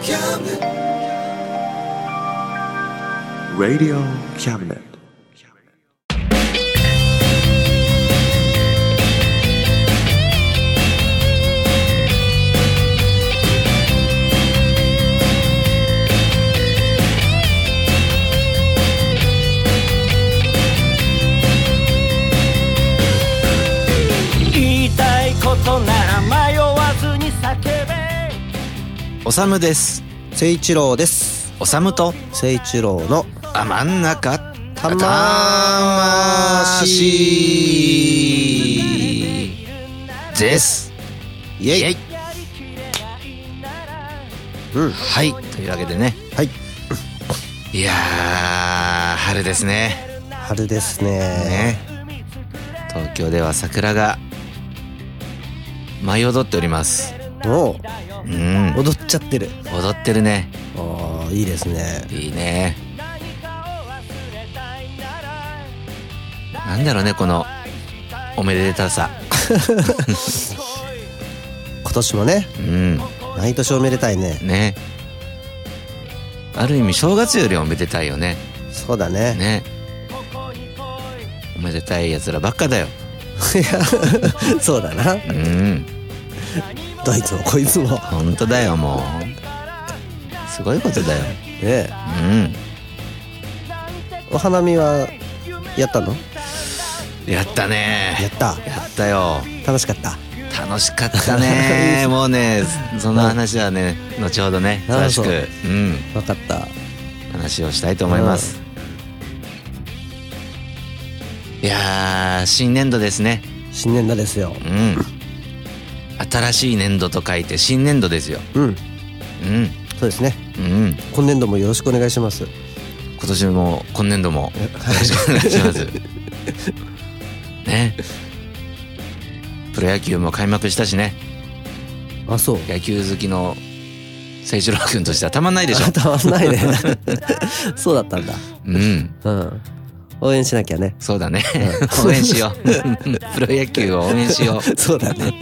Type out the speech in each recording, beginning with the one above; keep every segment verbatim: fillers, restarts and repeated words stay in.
Radio Cabinet. おさむです。 誠一郎です。 おさむと誠一郎のあ真ん中魂です。イエイ、イエイ、うん、はい、というわけでね、 はい、 いやー春ですね。 春ですね。ね、 東京では桜が舞い踊っております。 おう、うん、踊っちゃってる。 踊ってるね。 ああ、いいですね。 いいね。なんだろうね、このおめでたさ今年もね、うん、毎年おめでたいね。 ね、ある意味正月よりおめでたいよね。 そうだね。 ね、おめでたいやつらばっかだよ。 いやそうだな。うん、どいつもこいつも本当だよ。もうすごいことだよね。 え、うん、お花見はやったの？ やったね。 やった。 やったよ。 楽しかった。 楽しかったねもうね、その話はね、後ほどね、詳しく、うん、 分かった、 話をしたいと思います。いやー、新年度ですね。 新年度ですよ。 うん、新しい年度と書いて新年度ですよ。うん、うん、 そうですね。 うん、 今年度もよろしくお願いします。 今年も今年度もよろしくお願いしますね。プロ野球も開幕したしね。 あ、そう。 野球好きの誠一郎君としてはたまんないでしょ。 たまんないねそうだったんだ。うん、うん、応援しなきゃね。 そうだね、うん、応援しようプロ野球を応援しようそうだね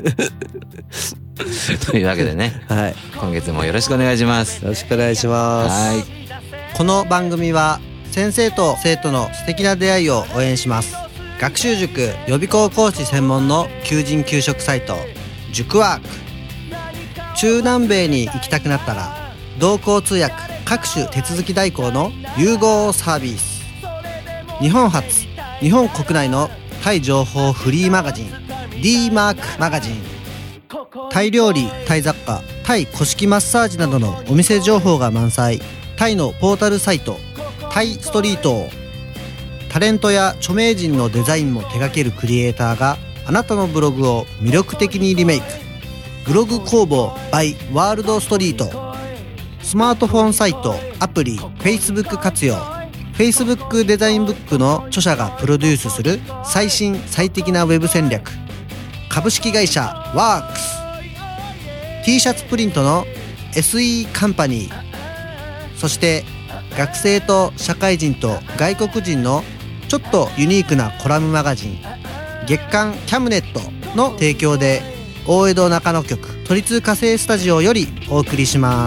というわけでね、はい、今月もよろしくお願いします。 よろしくお願いします。はい、この番組は先生と生徒の素敵な出会いを応援します。学習塾予備校講師専門の求人・求職サイト塾ワーク。中南米に行きたくなったら同行通訳各種手続き代行の融合サービス。日本初、日本国内のタイ情報フリーマガジン D マークマガジン。タイ料理、タイ雑貨、タイ古式マッサージなどのお店情報が満載。タイのポータルサイトタイストリート。タレントや著名人のデザインも手掛けるクリエイターがあなたのブログを魅力的にリメイク。ブログ工房 by ワールドストリート。スマートフォンサイト、アプリ、Facebook 活用。Facebook デザインブックの著者がプロデュースする最新最適なウェブ戦略。株式会社ワークス。 T シャツプリントの エスイー カンパニー。そして学生と社会人と外国人のちょっとユニークなコラムマガジン月刊キャムネットの提供で大江戸中野局都立火星スタジオよりお送りします。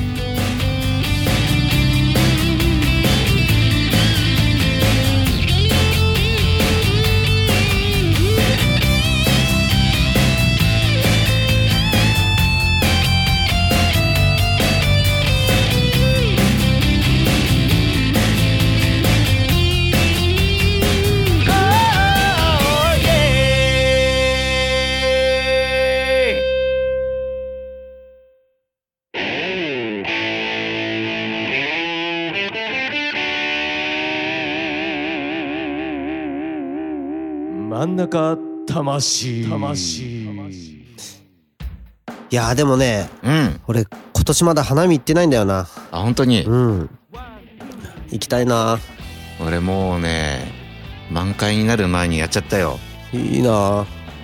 真ん中魂。 魂。いやーでもね、 うん、 俺今年まだ花見行ってないんだよな。 あ、本当に？ うん。行きたいな。 俺もうね、満開になる前にやっちゃったよ。 いいな。いや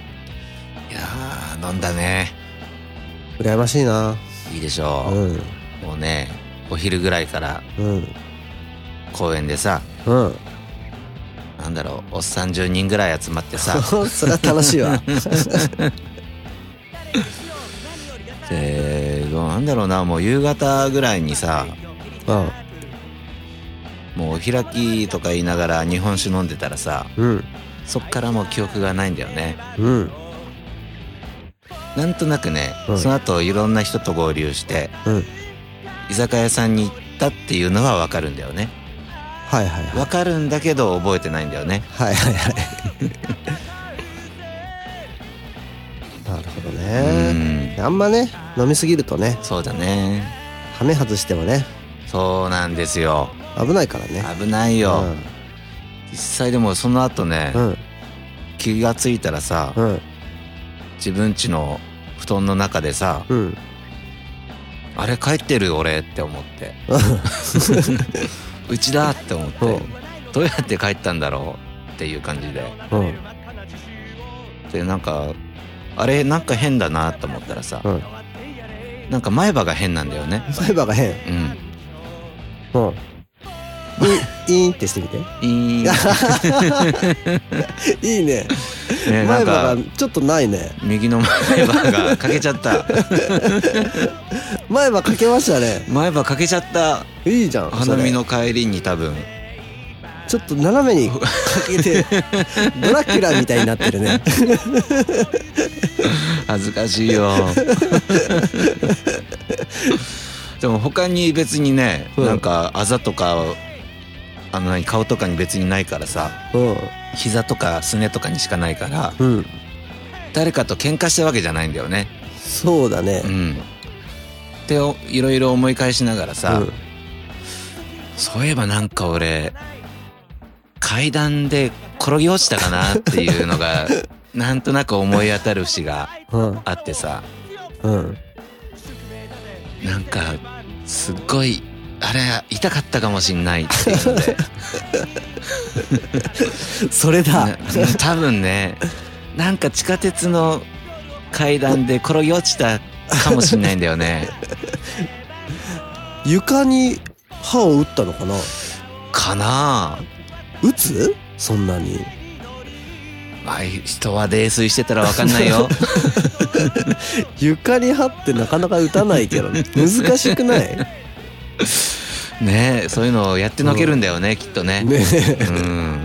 ー飲んだね。 羨ましいな。 いいでしょう。うん、もうね、お昼ぐらいから公園でさ、うん、なんだろう、おっさんじゅうにんぐらい集まってさそれは楽しいわで、ごなんだろうな、もう夕方ぐらいにさ、 うん、 もうお開きとか言いながら日本酒飲んでたらさ、うん、そっからもう記憶がないんだよね。うん、なんとなくね、うん、その後いろんな人と合流して、うん、居酒屋さんに行ったっていうのは分かるんだよね。 はいはいはい、 分かるんだけど覚えてないんだよね。 はいはいはいなるほどね。あんまね飲みすぎるとね。 そうだね。 羽目外してもね。 そうなんですよ。 危ないからね。 危ないよ、うん、実際でもその後ね、うん、気がついたらさ、うん、自分家の布団の中でさ、うん、あれ帰ってる俺って思ってうちだって思って、うん、どうやって帰ったんだろうっていう感じで、うん、でなんかあれなんか変だなと思ったらさ、うん、なんか前歯が変なんだよね。 前歯が変。うん。うん。イーンってしてみて。イーン。いいね。ね、前歯がちょっとないね。 右の前歯が欠けちゃった。 前歯欠けましたね。 前歯欠けちゃった。 いいじゃん。 花見の帰りに多分。 ちょっと斜めにかけてドラキュラみたいになってるね。 恥ずかしいよ。でも他に別にね、うん、なんかあざとかあの何顔とかに別にないからさ、うん、膝とかすねとかにしかないから、うん、誰かと喧嘩したわけじゃないんだよね。 そうだね。うん。 でいろいろ思い返しながらさ、うん、そういえばなんか俺階段で転げ落ちたかなっていうのがなんとなく思い当たる節があってさ、うんうん、なんかすっごいあれ痛かったかもしんないっていうのでそれだ多分ね、なんか地下鉄の階段で転げ落ちたかもしんないんだよね。 床に歯を打ったのかなかな。 打つ？そんなに。 あ、人は泥酔してたら分かんないよ。 床に歯ってなかなか打たないけど、ね、難しくない？ ねえ、そういうのをやってのけるんだよね、うん、きっとね。ねえ、うん、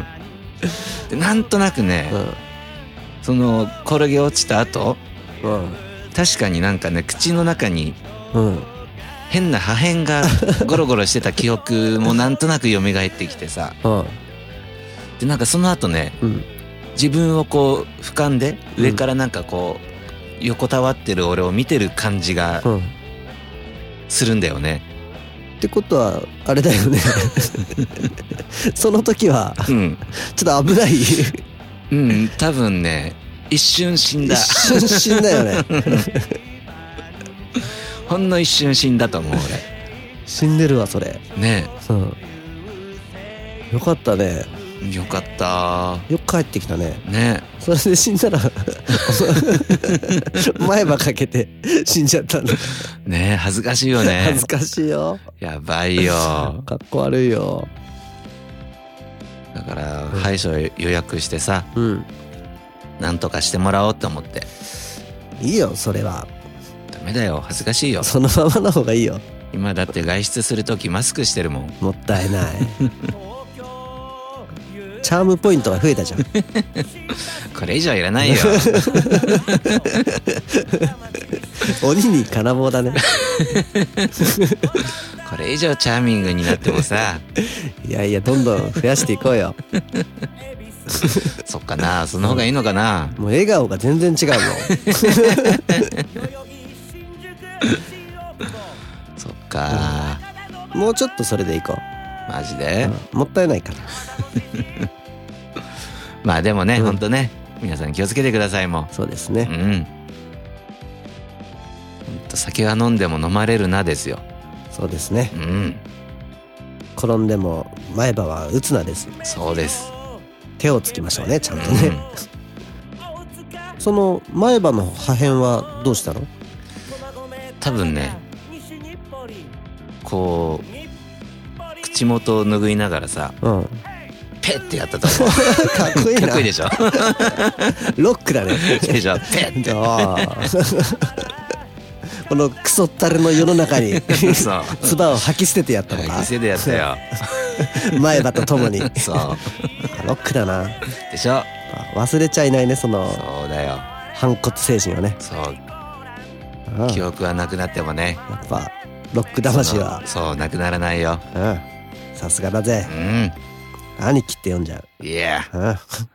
でなんとなくね、うん、その転げ落ちた後、うん、確かになんかね口の中に、うん変な破片がゴロゴロしてた記憶もなんとなく蘇ってきてさ、うん、でなんかその後ね、うん、自分をこう俯瞰で上からなんかこう横たわってる俺を見てる感じがするんだよね、 うん、ってことはあれだよね。その時は、うん、ちょっと危ない。 うん多分ね一瞬死んだ。 一瞬死んだよね。 ほんの一瞬死んだと思う俺。 死んでるわそれねえ、うん、 よかったね。 よかった。 よく帰ってきたね。 ねえ、それで死んだら前歯かけて死んじゃったんだ。 ねえ恥ずかしいよね。 恥ずかしいよ。 やばいよ。 かっこ悪いよ。 だから歯医者予約してさ、うん、なんとかしてもらおうって思って。 いいよそれは。 ダメだよ恥ずかしいよ。 そのままの方がいいよ。 今だって外出するときマスクしてるもん。 もったいない。チャームポイントが増えたじゃん。 これ以上いらないよ。 鬼に金棒だね。 これ以上チャーミングになってもさ。 いやいやどんどん増やしていこうよ。 そっかな、その方がいいのかな。 もう笑顔が全然違うもん。 そっか、 うん、もうちょっとそれでいこう。 マジで、 うん、もったいないから。 まあでもね、うん、ほんとね皆さん気をつけてください。もうそうですね、うん、 ほんと酒は飲んでも飲まれるなですよ。 そうですね、 うん、 転んでも前歯は打つなですよ。 そうです。 手をつきましょうねちゃんとね、うん、その前歯の破片はどうしたの？ 多分ねこう口元を拭いながらさ、うん、ペッてやったと思う。 かっこいいな。 かっこいいでしょ。 ロックだね。 でしょペッて。 このクソったれの世の中に唾を吐き捨ててやったのか。 吐き捨ててやったよ前歯とともに。 そうロックだな。 でしょ。 忘れちゃいないね、そのそうだよ、 反骨精神をね。 そう記憶はなくなってもね、 やっぱロック魂はそうなくならないよ。 うん、さすがだぜ。 うん、 兄貴って呼んじゃう。 いや、 うん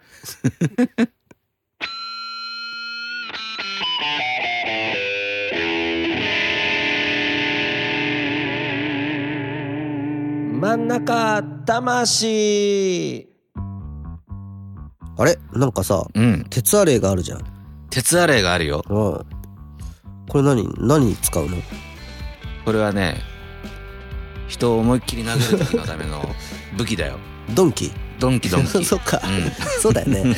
真ん中魂。 あれなんかさ、うん、鉄アレイがあるじゃん。 鉄アレイがあるよ。 うん。これ何何に使うの？ これはね、人を思いっきり殴る時のための武器だよ。 ドンキ。 ドンキドンキ。 そっか、うん、そうだよね。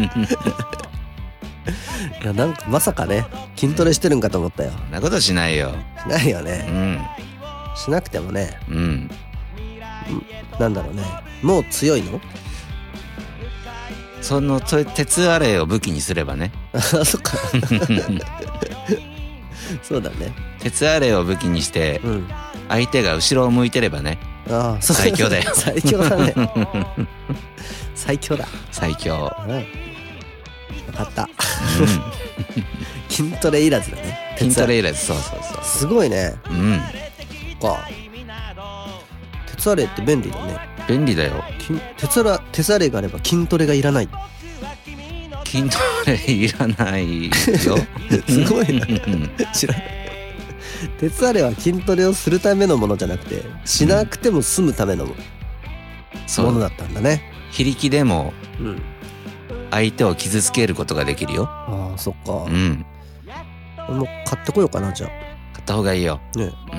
いや、なんかまさかね、筋トレしてるんかと思ったよ。 そんなことしないよ。 しないよね。 うん。 しなくてもね。 うん。 なんだろうね。もう強いの？ その鉄アレイを武器にすればね。 あ、そっか。そうだね。 鉄アレイを武器にして、うん、相手が後ろを向いてればね。ああ、最強だよ。 最強だね。最強だ。 最強。 うん、分かった。うん、筋トレいらずだね。 筋トレいらず、そうそうそう。 すごいね。 うん。 か。鉄アレイって便利だね。 便利だよ。 鉄アレイ、鉄アレイがあれば筋トレがいらない。 筋トレいらないよ。 すごいな。知らない。鉄アレイは筋トレをするためのものじゃなくて、しなくても済むためのものだったんだね。 非力でも相手を傷つけることができるよ。 ああ、そっか。 うん。 俺も買ってこようかな、じゃあ。 買った方がいいよ。 ね。 うん。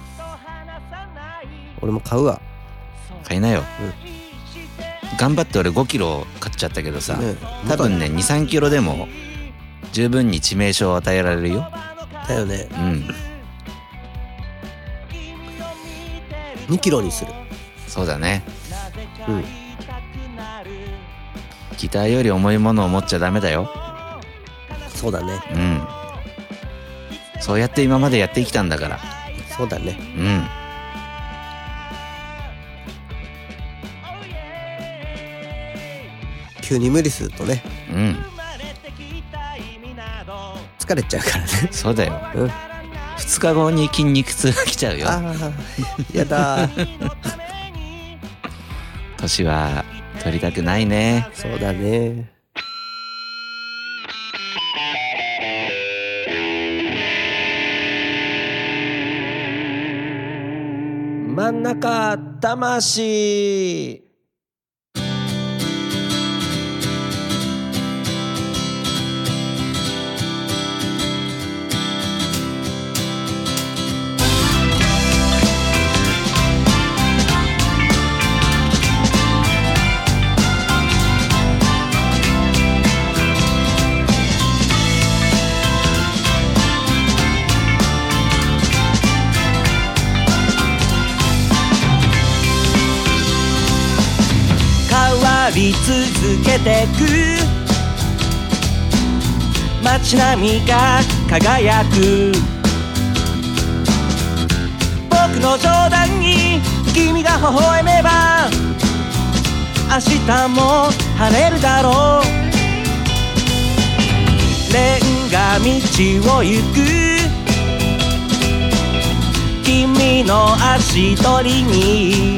俺も買うわ。 買いなよ。うん。頑張って俺ごキロ買っちゃったけどさ、ね、多分ねにさんキロでも十分に致命傷を与えられるよ。 だよね。 うん。 にキロにする。 そうだね。 うん。 ギターより重いものを持っちゃダメだよ。 そうだね。 うん。そうやって今までやってきたんだから。 そうだね。 うん。 急に無理するとね。 うん。 疲れちゃうからね。 そうだよ。 うん。 ふつかごに筋肉痛が来ちゃうよ。 ああ、やだ。 年は取りたくないね。 そうだね。 真ん中魂。 変わり続けてく街並みが輝く僕の冗談に君が微笑めば明日も晴れるだろうレンガ道を行く君の足取りに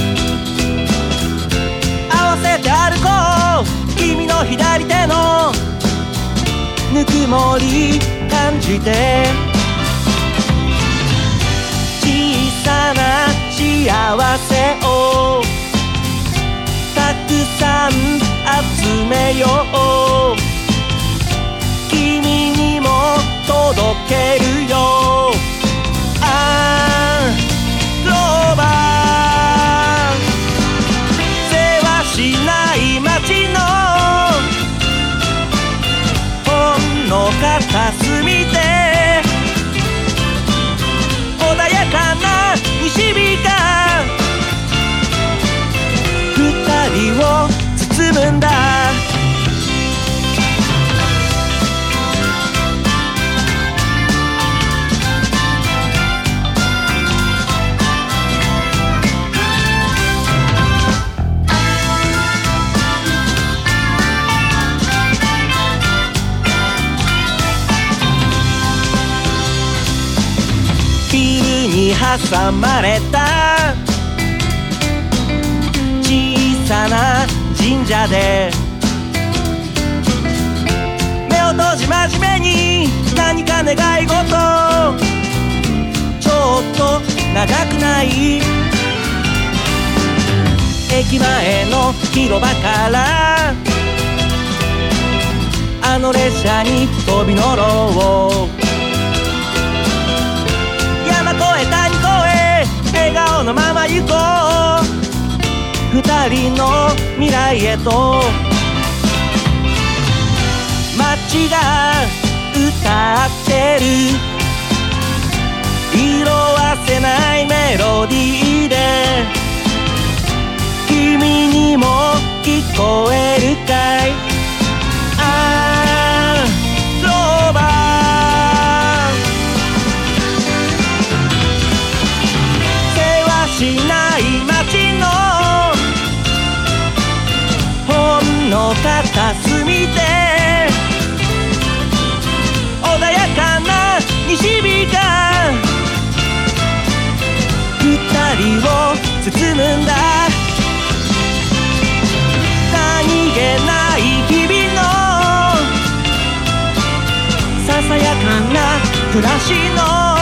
合わせて歩こう君の左手のぬくもり感じて小さな幸せをたくさん集めよう君にも届けるよあーローバーせわしない街のほんの片隅で穏やかな西日が二人を包むんだ挟まれた小さな神社で目を閉じ真面目に何か願い事ちょっと長くない？駅前の広場からあの列車に飛び乗ろう。山越え谷越え笑顔のまま行こう。二人の未来へと街が歌ってる色あせないメロディーで君にも聞こえるかい？あーローバーせわしない街のほんの片隅で穏やかな西日が二人を包むんだ。何気ない日々のささやかな暮らしの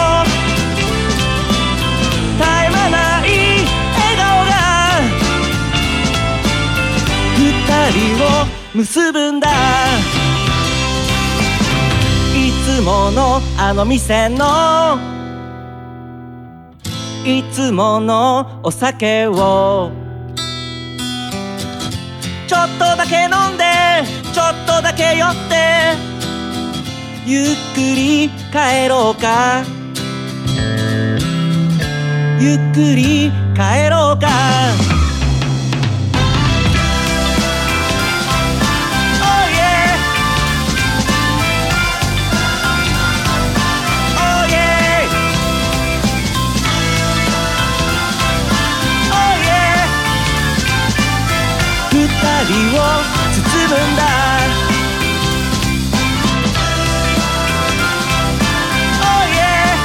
絶え間ない笑顔が二人を結ぶんだ。いつものあの店のいつものお酒をちょっとだけ飲んでちょっとだけ酔ってゆっくり帰ろうかゆっくり帰ろうか。二人を包むんだ。Oh yeah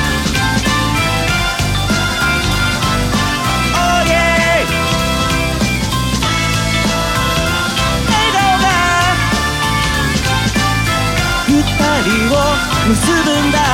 Oh yeah 笑顔が二人を結ぶんだ。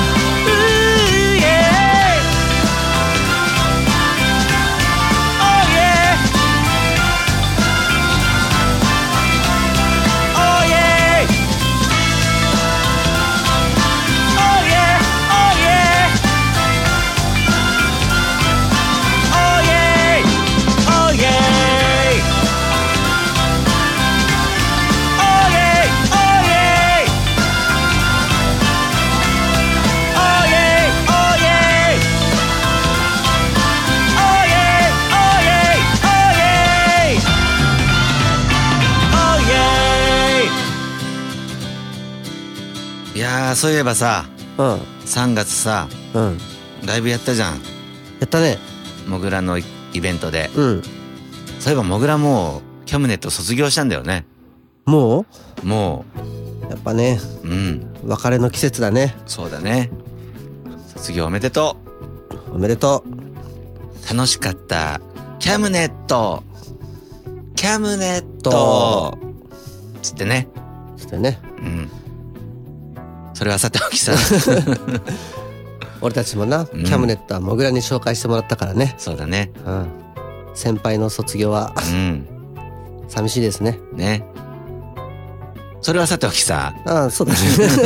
いやーそういえばさ、 うん、 さんがつさ、うん、ライブやったじゃん。やったね。 モグラのイベントで、 うん、 そういえばモグラもうキャムネット卒業したんだよね。 もうもうやっぱね、うん、別れの季節だね。 そうだね。卒業おめでとう。おめでとう。楽しかったキャムネットキャムネットつってねつってね、 うん、それはさておきさ俺たちもな、うん、キャムネットはモグラに紹介してもらったからね。 そうだね、 うん、先輩の卒業は、うん、寂しいですね。 ね。それはさておきさ、 ああそうだね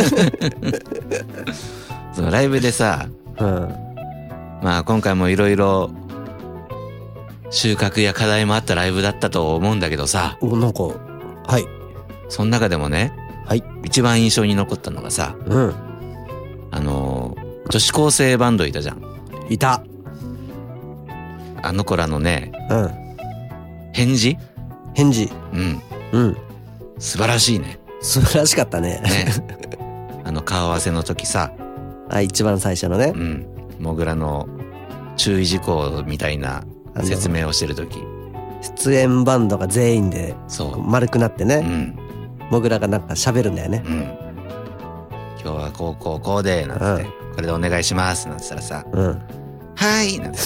そのライブでさ、うん、まあ今回もいろいろ収穫や課題もあったライブだったと思うんだけどさ、 おなんかはい、 その中でもね、はい、一番印象に残ったのがさ、うん、あの女子高生バンドいたじゃん。 いた。 あの子らのね、うん、返事返事うんうん素晴らしいね。 素晴らしかったね。 ねあの顔合わせの時さ、 あ一番最初のね、 うん、モグラの注意事項みたいな説明をしてる時、 出演バンドが全員で丸くなってね、うん、モグラがなんか喋るんだよね、うん、 今日はこうこうこうでなんて、うん、これでお願いしますなんて言ったらさ、うん、 はいなんて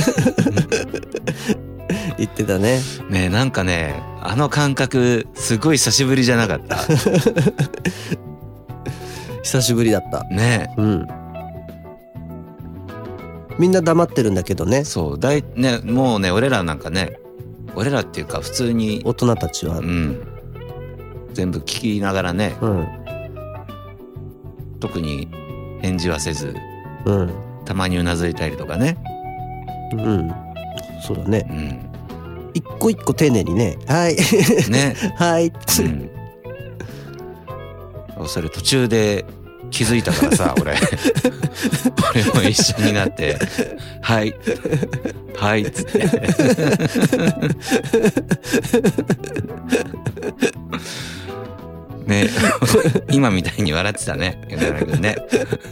言ってたね。 ねえ、なんかね、あの感覚すごい久しぶりじゃなかった久しぶりだったねえ。うんみんな黙ってるんだけどね。 そうだいね、もうね、俺らなんかね、俺らっていうか普通に大人たちは、 うん、全部聞きながらね、 うん、 特に返事はせず、 うん、 たまにうなずいたりとかね、 うん、そうだね、 うん、 一個一個丁寧にね、はいねはい、 うん、それ途中で気づいたからさ俺俺も一緒になってはいはいっつってね今みたいに笑ってたね米原君ね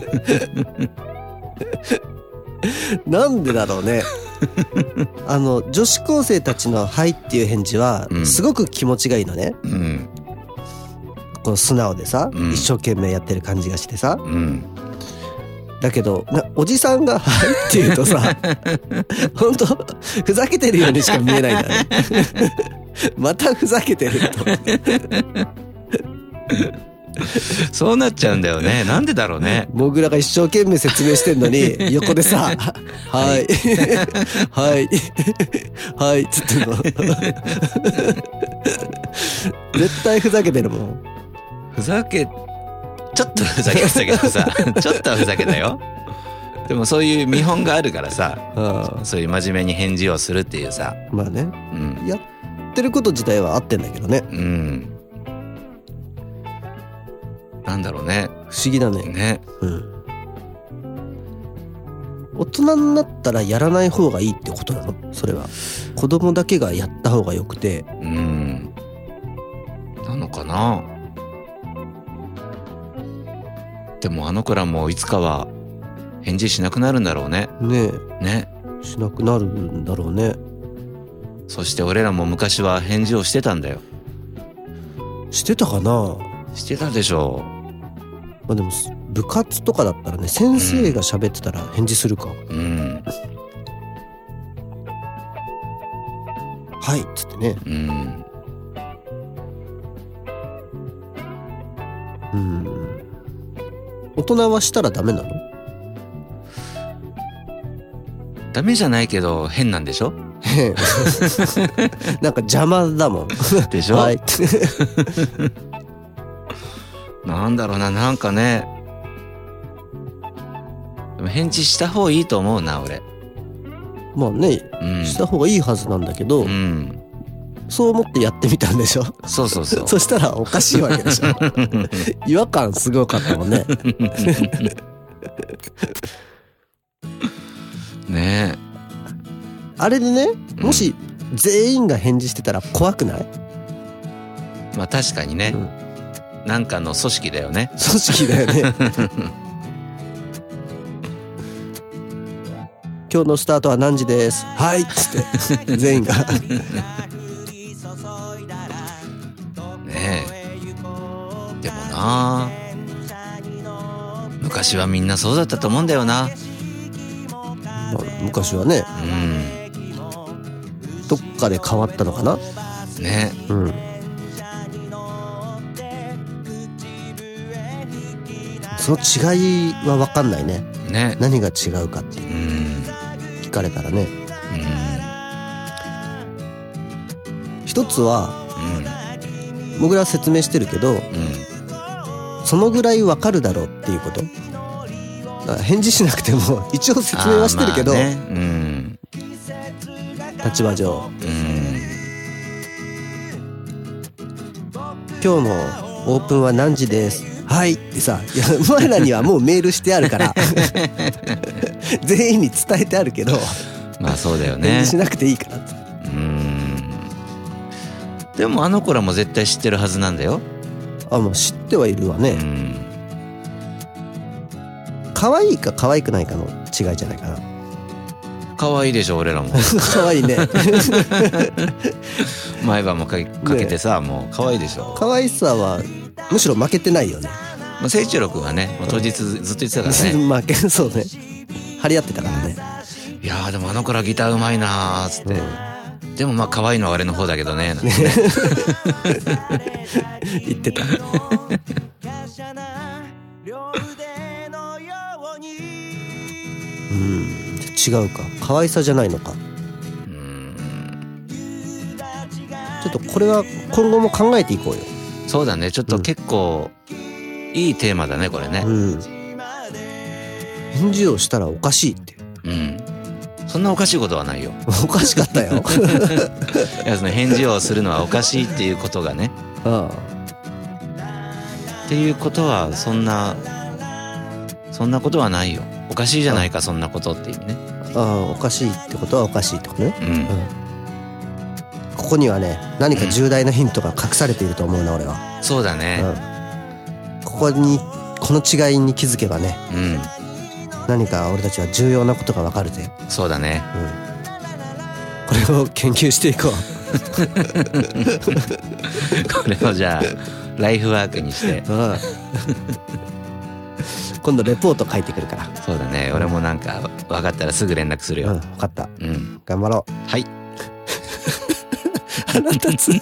なんでだろうねあの女子高生たちのはいっていう返事はすごく気持ちがいいのね、うん、この素直でさ、うん、一生懸命やってる感じがしてさ、うん、だけどなおじさんがはいって言うとさ本当ふざけてるようにしか見えないんだねまたふざけてるとそうなっちゃうんだよね。なんでだろうね。 僕らが一生懸命説明してんのに横でさはいはいはいっつってんの絶対ふざけてるもん。 ふざけちょっとふざけてたけどさちょっとはふざけたよ。でもそういう見本があるからさ、あそういう真面目に返事をするっていうさ、 まあね、うん、やってること自体は合ってんだけどね。うん。 なんだろうね。 不思議だね。 ね。うん。 大人になったらやらない方がいいってことなの？それは子供だけがやった方がよくて。うん。 なのかな。でもあの子らもいつかは返事しなくなるんだろうね。 ねえ。ね。 しなくなるんだろうね。 そして俺らも昔は返事をしてたんだよ。 してたかな？ してたでしょ。 まあ、でも部活とかだったらね、先生が喋ってたら返事するか。うん。はいっつってね。うん。うん。大人はしたらダメなの？ ダメじゃないけど変なんでしょ？ なんか邪魔だもん。 でしょ？ はい。 なんだろうな、なんかね。でも返事した方がいいと思うな、俺。 まあね、うん、した方がいいはずなんだけど、うん、そう思ってやってみたんでしょ。 そうそうそう。 そしたらおかしいわけでしょ。違和感すごかったもんね。 ねえ。 あれでね、もし全員が返事してたら怖くない？ まあ確かにね。うんなんかの組織だよね。 組織だよね。今日のスタートは何時です。はいっつって全員がねえ。でもな、昔はみんなそうだったと思うんだよな。 まあ、昔はね。うん。どっかで変わったのかな。 ね。うん。 その違いは分かんないね。 ね。 何が違うかっていう。うん。聞かれたらね。うん。一つは、うん、僕らは説明してるけど、うん、そのぐらい分かるだろうっていうこと。だから返事しなくても一応説明はしてるけど、ねうん、立場上、うん、今日のオープンは何時です。はいってさ、いやお前らにはもうメールしてあるから全員に伝えてあるけど、 まあそうだよね。 返事しなくていいからって。 うーん。でもあの子らも絶対知ってるはずなんだよ。 あ、もう知ってはいるわね。うん。可愛いか可愛くないかの違いじゃないかな。 可愛いでしょ俺らも。 可愛いね。 前歯もかけてさ、ね、もう可愛いでしょ。 可愛さはむしろ負けてないよね。 誠一郎君はね、もう当日ずっと言ってたからね。 負けそうね。張り合ってたからね。 いやーでもあの子らギターうまいなーっつって、うん、でもまあ可愛いのは俺の方だけどねなんてね言ってたうん、違うか、可愛さじゃないのか。うーん、ちょっとこれは今後も考えていこうよ。 そうだね、ちょっと結構いいテーマだねこれね、うん、 返事をしたらおかしいって、 うん、そんなおかしいことはないよおかしかったよいやその返事をするのはおかしいっていうことがね、ああっていうことはそんなそんなことはないよ、おかしいじゃないかそんなことっていうね。 ああ、おかしいってことはおかしいってことね、うんうん、ここにはね何か重大なヒントが隠されていると思うな、俺は。そうだね、うん、ここにこの違いに気づけばね、うん、何か俺たちは重要なことがわかるぜ。 そうだね、 うん、これを研究していこうこれをじゃあライフワークにしてああ今度レポート書いてくるから。 そうだね、俺もなんか分かったらすぐ連絡するよ。うん、 分かった、うん、頑張ろう。 はい腹立つ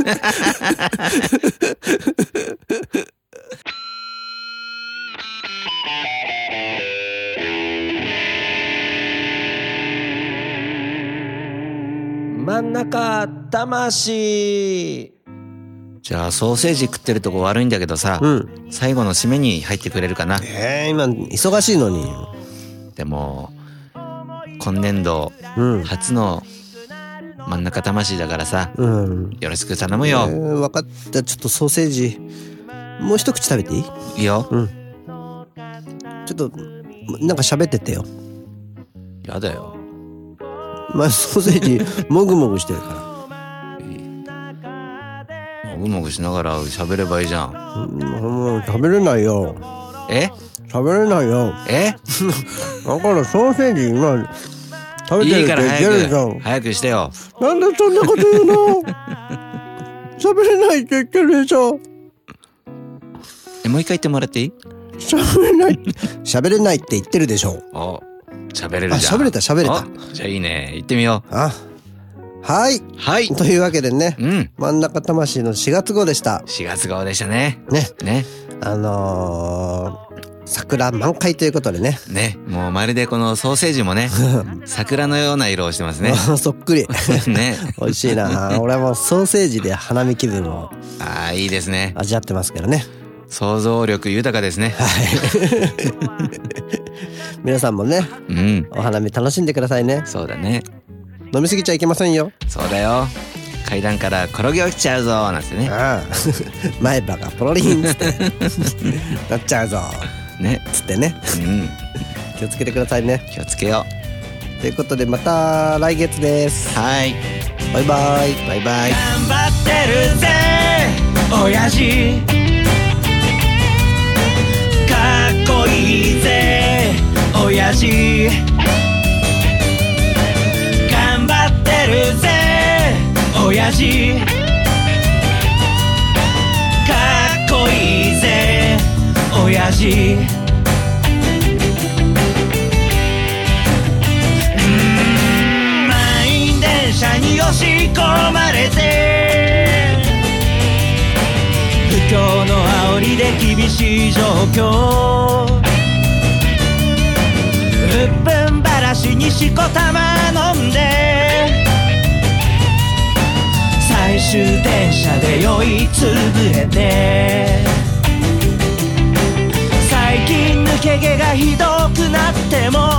真ん中魂。 じゃあソーセージ食ってるとこ悪いんだけどさ、うん、最後の締めに入ってくれるかな。 えー、今忙しいのに。 でも今年度初の真ん中魂だからさ、うん、よろしく頼むよ。 えー、分かった。ちょっとソーセージもう一口食べていい？ いいよ、うん、 ちょっとなんか喋っててよ。 やだよ、 まあ、ソーセージもぐもぐしてるからもぐもぐしながら喋ればいいじゃん。 もう喋れないよ。 え？ 喋れないよ。 え？ だからソーセージ今食べてるって言ってるじゃん。いいから早く早くしてよ。 なんでそんなこと言うの喋れないって言ってるでしょ。 え、もう一回言ってもらっていい？ 喋れない喋れないって言ってるでしょ。 お、喋れるじゃん。 あ、喋れた喋れた。 じゃあいいね、行ってみよう。 あ、はいはい。 というわけでね、うん、真ん中魂のしがつ号でした。 しがつ号でしたね。 ねね、 あのー、桜満開ということでね。 ね、もうまるでこのソーセージもね桜のような色をしてますねそっくりね、美味しいな。俺はもうソーセージで花見気分をああいいですね、 味わってますけどね。 想像力豊かですね。はい皆さんもね、うん、お花見楽しんでくださいね。 そうだね、 飲みすぎちゃいけませんよ。 そうだよ、階段から転げ落ちちゃうぞなんてね。ああ前歯がポロリンつってなっちゃうぞねつってね、うん、気をつけてくださいね。 気をつけようということで、また来月です。 はい、 バイバイバイバイ。 頑張ってるぜ親父、かっこいいぜ親父、頑張ってるぜ親父、かっこいいぜ親父。うーん、満員電車に押し込まれて、不況の煽りで厳しい状況、うっぷんばらしにしこたま飲んで、最終電車で酔いつぶれて、最近抜け毛がひどくなっても、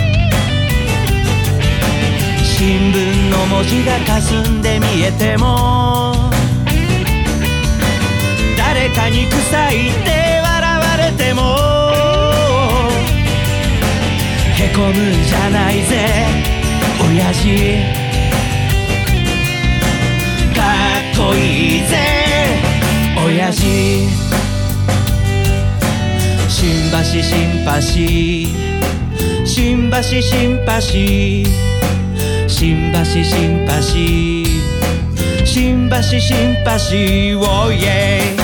新聞の文字が霞んで見えても、誰かに臭いって笑われても、へこむんじゃないぜ親父、かっこいいぜ親父。新橋新橋新橋新橋新橋新橋新橋新橋おいえ。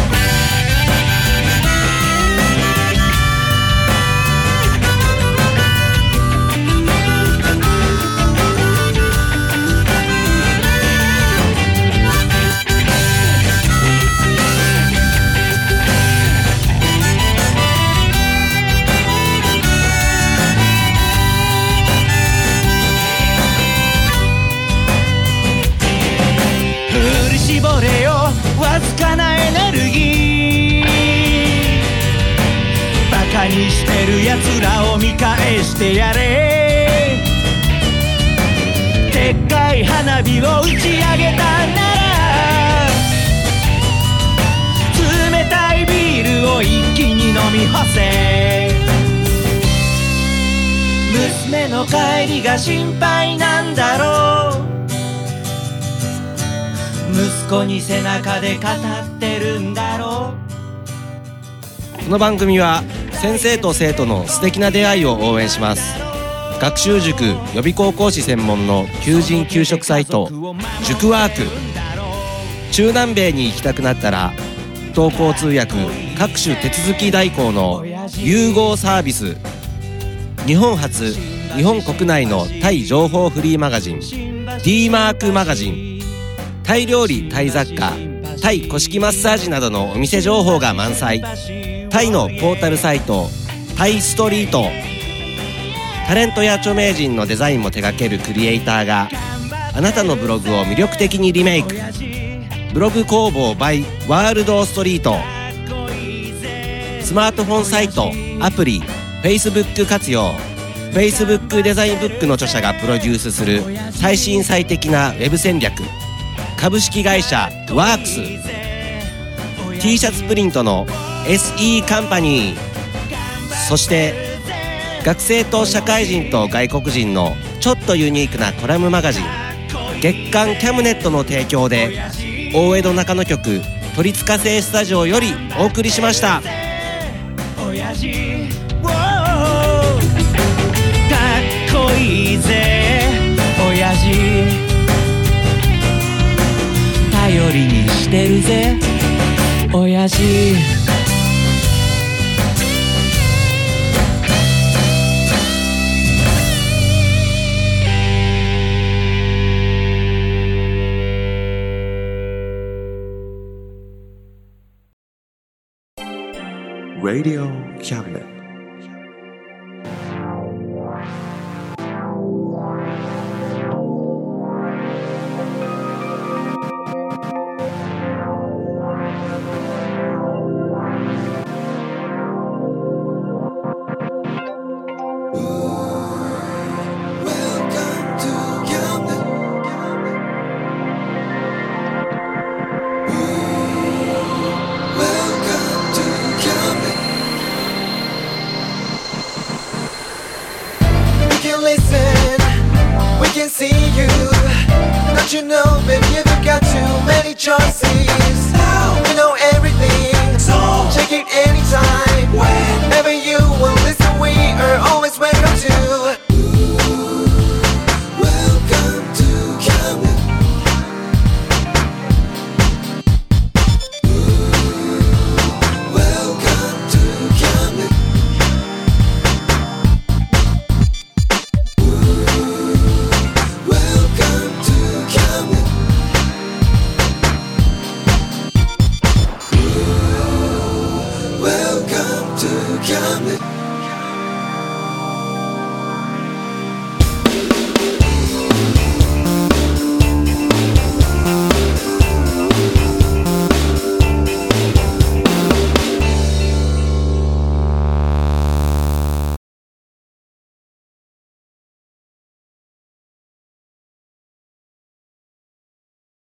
カにしてるやつらを見返してやれ。でっかい花火を打ち上げたなら冷たいビールを一気に飲み干せ。娘の帰りが心配なんだろう。息子に背中で語ってるんだろう。 この番組は先生と生徒の素敵な出会いを応援します。学習塾予備高校師専門の求人・求職サイト塾ワーク。中南米に行きたくなったら不登校通訳各種手続き代行の融合サービス。日本初日本国内のタイ情報フリーマガジン D マークマガジン。タイ料理、タイ雑貨、タイ古式マッサージなどのお店情報が満載。タイのポータルサイトタイストリート。タレントや著名人のデザインも手掛けるクリエイターがあなたのブログを魅力的にリメイク。ブログ工房 by ワールドストリート。スマートフォンサイト、アプリ、Facebook 活用。Facebook デザインブックの著者がプロデュースする最新最適なウェブ戦略。株式会社ワークス。 T シャツプリントの エスイー カンパニー。そして学生と社会人と外国人のちょっとユニークなコラムマガジン月刊キャムネットの提供で大江戸中野局鳥塚製スタジオよりお送りしました。 親父かっこいいぜ親父頼りにしてるぜ親父。 Radio Cabinet. You know, baby, you've got too many choices. You know everything, so check it anytime.